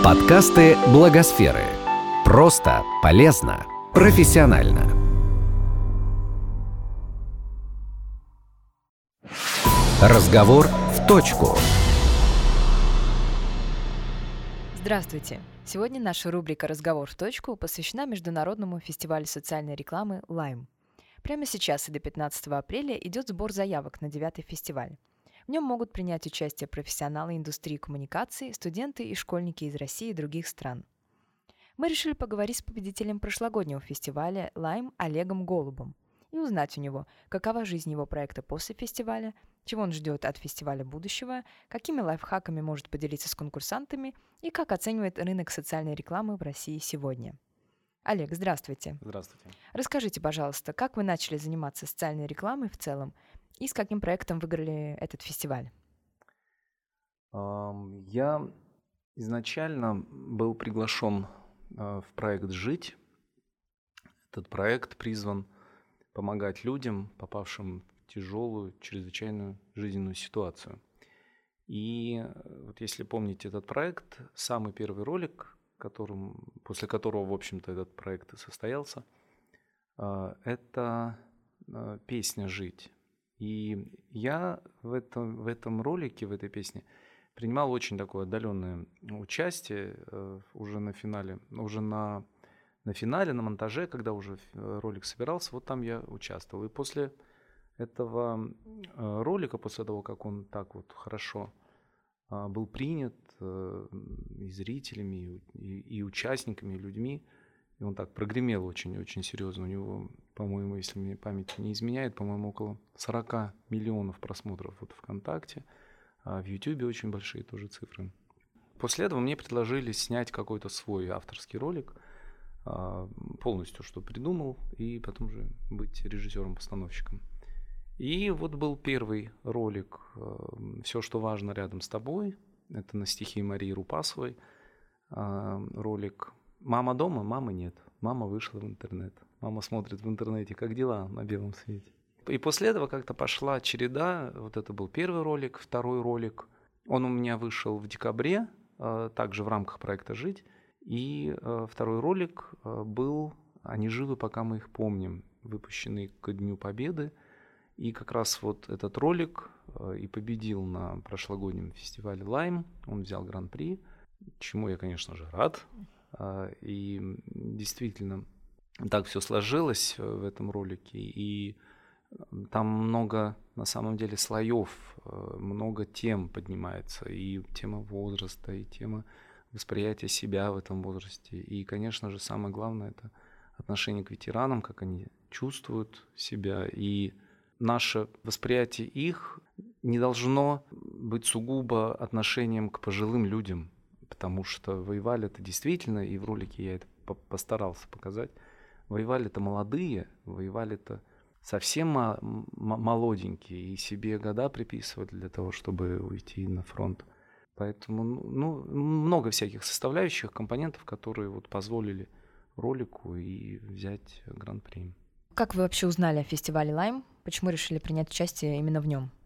Подкасты Благосферы. Просто, полезно, профессионально. Разговор в точку. Здравствуйте! Сегодня наша рубрика «Разговор в точку» посвящена Международному фестивалю социальной рекламы «Лайм». Прямо сейчас и до 15 апреля идет сбор заявок на 9-й фестиваль. В нем могут принять участие профессионалы индустрии коммуникаций, студенты и школьники из России и других стран. Мы решили поговорить с победителем прошлогоднего фестиваля «Лайм» Олегом Голубом и узнать у него, какова жизнь его проекта после фестиваля, чего он ждет от фестиваля будущего, какими лайфхаками может поделиться с конкурсантами и как оценивает рынок социальной рекламы в России сегодня. Олег, здравствуйте. Здравствуйте. Расскажите, пожалуйста, как вы начали заниматься социальной рекламой в целом и с каким проектом выиграли этот фестиваль? Я изначально был приглашен в проект «Жить». Этот проект призван помогать людям, попавшим в тяжелую, чрезвычайную жизненную ситуацию. И вот если помните этот проект, самый первый ролик, после которого, в общем-то, этот проект и состоялся, это песня «Жить». И я в этом ролике, в этой песне принимал очень такое отдаленное участие уже на финале, на монтаже, когда уже ролик собирался, вот там я участвовал. И после этого ролика, после того, как он так вот хорошо был принят и зрителями, и участниками, и людьми, и он так прогремел очень-очень серьезно. У него, по-моему, если мне память не изменяет, по-моему, около 40 миллионов просмотров вот ВКонтакте, а в Ютубе очень большие тоже цифры. После этого мне предложили снять какой-то свой авторский ролик, полностью что придумал, и потом же быть режиссером-постановщиком. И вот был первый ролик «Все, что важно рядом с тобой». Это на стихи Марии Рупасовой ролик. Мама дома, мамы нет. Мама вышла в интернет. Мама смотрит в интернете, как дела на белом свете. И после этого как-то пошла череда. Вот это был первый ролик, второй ролик. Он у меня вышел в декабре, также в рамках проекта «Жить». И второй ролик был «Они живы, пока мы их помним», выпущенный ко Дню Победы. И как раз вот этот ролик и победил на прошлогоднем фестивале «Лайм». Он взял гран-при, чему я, конечно же, рад. И действительно так все сложилось в этом ролике. И там много, на самом деле, слоев, много тем поднимается. И тема возраста, и тема восприятия себя в этом возрасте. И, конечно же, самое главное – это отношение к ветеранам, как они чувствуют себя. И наше восприятие их не должно быть сугубо отношением к пожилым людям. Потому что воевали это действительно, и в ролике я это постарался показать, воевали это молодые, воевали это совсем молоденькие, и себе года приписывали для того, чтобы уйти на фронт. Поэтому много всяких составляющих, компонентов, которые вот позволили ролику и взять гран-при. Как вы вообще узнали о фестивале «Лайм»? Почему решили принять участие именно в нем?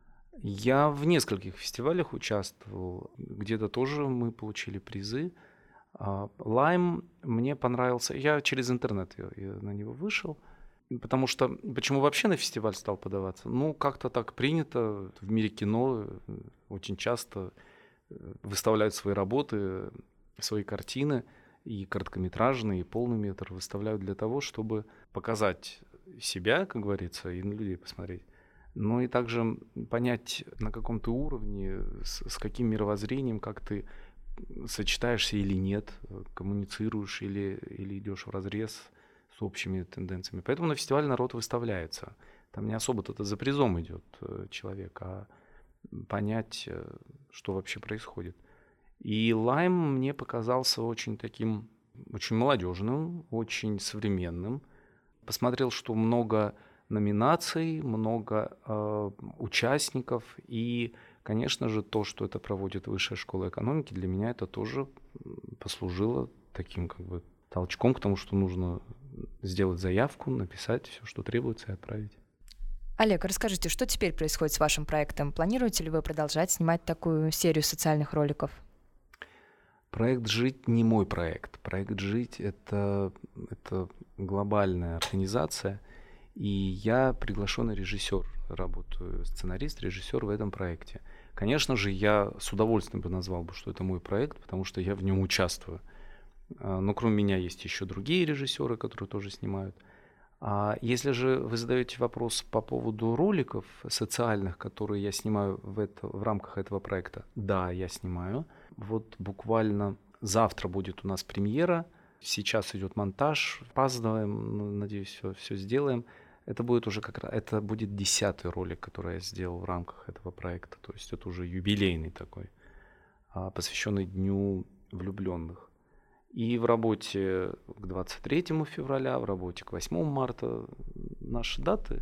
Я в нескольких фестивалях участвовал, где-то тоже мы получили призы. «Лайм» мне понравился, я через интернет я на него вышел, потому что, почему вообще на фестиваль стал подаваться? Как-то так принято, в мире кино очень часто выставляют свои работы, свои картины, и короткометражные, и полный метр выставляют для того, чтобы показать себя, как говорится, и на людей посмотреть. И также понять, на каком ты уровне, с каким мировоззрением, как ты сочетаешься или нет, коммуницируешь или идешь вразрез с общими тенденциями. Поэтому на фестивале народ выставляется. Там не особо-то за призом идет человек, а понять, что вообще происходит. И «Лайм» мне показался очень молодежным, очень современным. Посмотрел, что много номинаций, много участников, и, конечно же, то, что это проводит Высшая школа экономики, для меня это тоже послужило таким толчком к тому, что нужно сделать заявку, написать все, что требуется, и отправить. Олег, расскажите, что теперь происходит с вашим проектом? Планируете ли вы продолжать снимать такую серию социальных роликов? Проект «Жить» не мой проект. Проект «Жить» — это глобальная организация, и я приглашенный режиссер, работаю сценарист, режиссер в этом проекте. Конечно же, я с удовольствием бы назвал, что это мой проект, потому что я в нем участвую. Но кроме меня есть еще другие режиссеры, которые тоже снимают. А если же вы задаете вопрос по поводу роликов социальных, которые я снимаю в рамках этого проекта, да, я снимаю. Вот буквально завтра будет у нас премьера, сейчас идет монтаж, опаздываем, но, надеюсь, все сделаем. Это будет уже это будет 10-й ролик, который я сделал в рамках этого проекта, то есть это уже юбилейный такой, посвященный Дню влюбленных. И в работе к 23 февраля, в работе к 8 марта наши даты,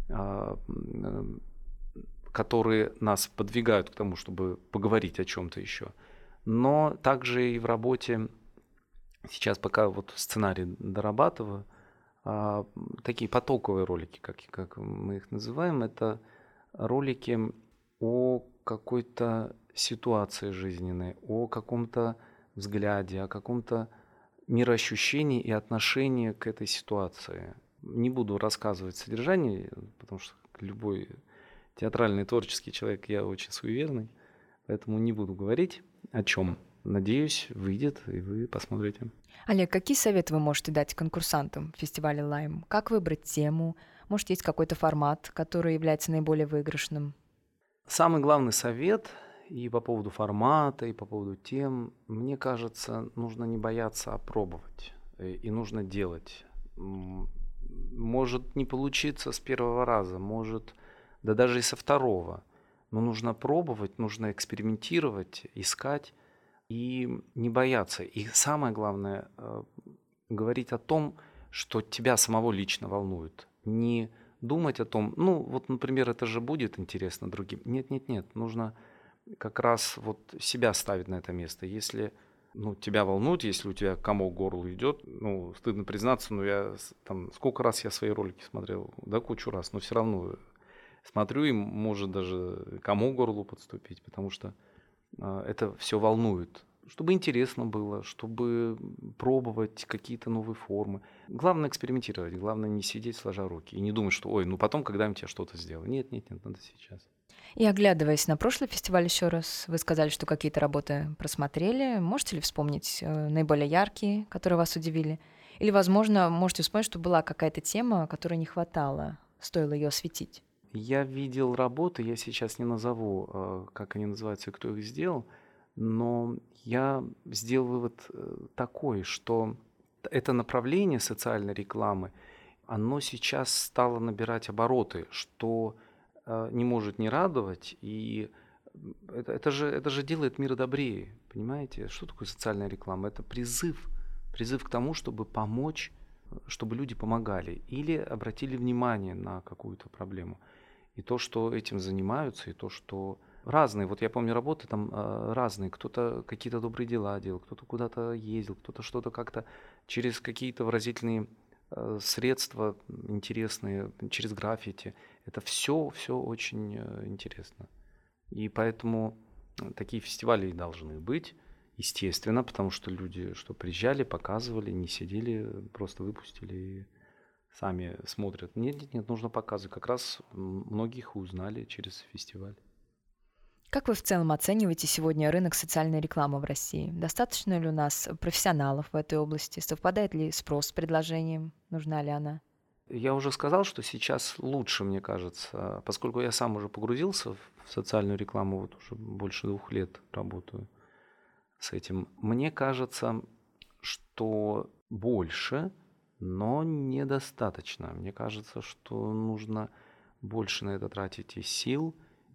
которые нас подвигают к тому, чтобы поговорить о чем-то еще. Но также и в работе, сейчас пока вот сценарий дорабатываю, такие потоковые ролики, как мы их называем, это ролики о какой-то ситуации жизненной, о каком-то взгляде, о каком-то мироощущении и отношении к этой ситуации. Не буду рассказывать содержание, потому что любой театральный творческий человек, я очень суеверный, поэтому не буду говорить о чем. Надеюсь, выйдет, и вы посмотрите. Олег, какие советы вы можете дать конкурсантам фестиваля «Лайм»? Как выбрать тему? Может, есть какой-то формат, который является наиболее выигрышным? Самый главный совет и по поводу формата, и по поводу тем, мне кажется, нужно не бояться, а пробовать. И нужно делать. Может не получиться с первого раза, может, да даже и со второго. Но нужно пробовать, нужно экспериментировать, искать и не бояться. И самое главное, говорить о том, что тебя самого лично волнует. Не думать о том, вот, например, это же будет интересно другим. Нет, нужно как раз вот себя ставить на это место. Если тебя волнует, если у тебя комок к горлу идет, стыдно признаться, но я там сколько раз я свои ролики смотрел, да, кучу раз, но все равно смотрю, и может даже комок к горлу подступить, потому что это все волнует. Чтобы интересно было, чтобы пробовать какие-то новые формы. Главное экспериментировать, главное не сидеть сложа руки и не думать, что потом когда-нибудь я что-то сделаю. Нет, надо сейчас. И оглядываясь на прошлый фестиваль еще раз, вы сказали, что какие-то работы просмотрели. Можете ли вспомнить наиболее яркие, которые вас удивили? Или, возможно, можете вспомнить, что была какая-то тема, которой не хватало, стоило ее осветить? Я видел работы, я сейчас не назову, как они называются и кто их сделал, но я сделал вывод такой, что это направление социальной рекламы, оно сейчас стало набирать обороты, что не может не радовать, и это же делает мир добрее, понимаете? Что такое социальная реклама? Это призыв к тому, чтобы помочь, чтобы люди помогали или обратили внимание на какую-то проблему. И то, что этим занимаются, и то, что разные, вот я помню работы там разные, кто-то какие-то добрые дела делал, кто-то куда-то ездил, кто-то что-то как-то через какие-то выразительные средства интересные, через граффити. Это все очень интересно. И поэтому такие фестивали и должны быть, естественно, потому что люди, что приезжали, показывали, не сидели, просто выпустили и сами смотрят. Нет, нужно показывать. Как раз многих узнали через фестиваль. Как вы в целом оцениваете сегодня рынок социальной рекламы в России? Достаточно ли у нас профессионалов в этой области? Совпадает ли спрос с предложением? Нужна ли она? Я уже сказал, что сейчас лучше, мне кажется, поскольку я сам уже погрузился в социальную рекламу, вот уже больше 2 лет работаю с этим. Мне кажется, что больше, но недостаточно. Мне кажется, что нужно больше на это тратить и сил,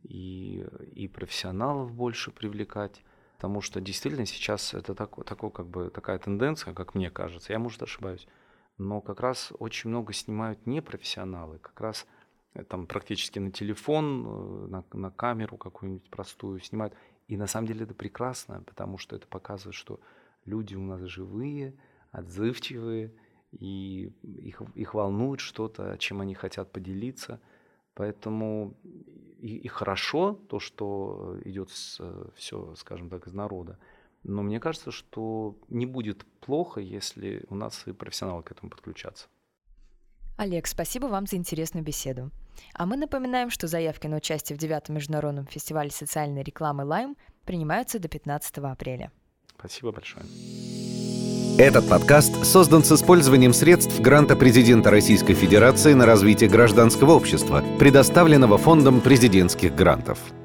и профессионалов больше привлекать, потому что действительно сейчас это такая тенденция, как мне кажется, я, может, ошибаюсь, но как раз очень много снимают непрофессионалы, как раз там практически на телефон, на камеру какую-нибудь простую снимают. И на самом деле это прекрасно, потому что это показывает, что люди у нас живые, отзывчивые, и их волнует что-то, чем они хотят поделиться. Поэтому и хорошо то, что идет все, скажем так, из народа. Но мне кажется, что не будет плохо, если у нас и профессионалы к этому подключатся. Олег, спасибо вам за интересную беседу. А мы напоминаем, что заявки на участие в 9-м международном фестивале социальной рекламы «Лайм» принимаются до 15 апреля. Спасибо большое. Этот подкаст создан с использованием средств гранта президента Российской Федерации на развитие гражданского общества, предоставленного Фондом президентских грантов.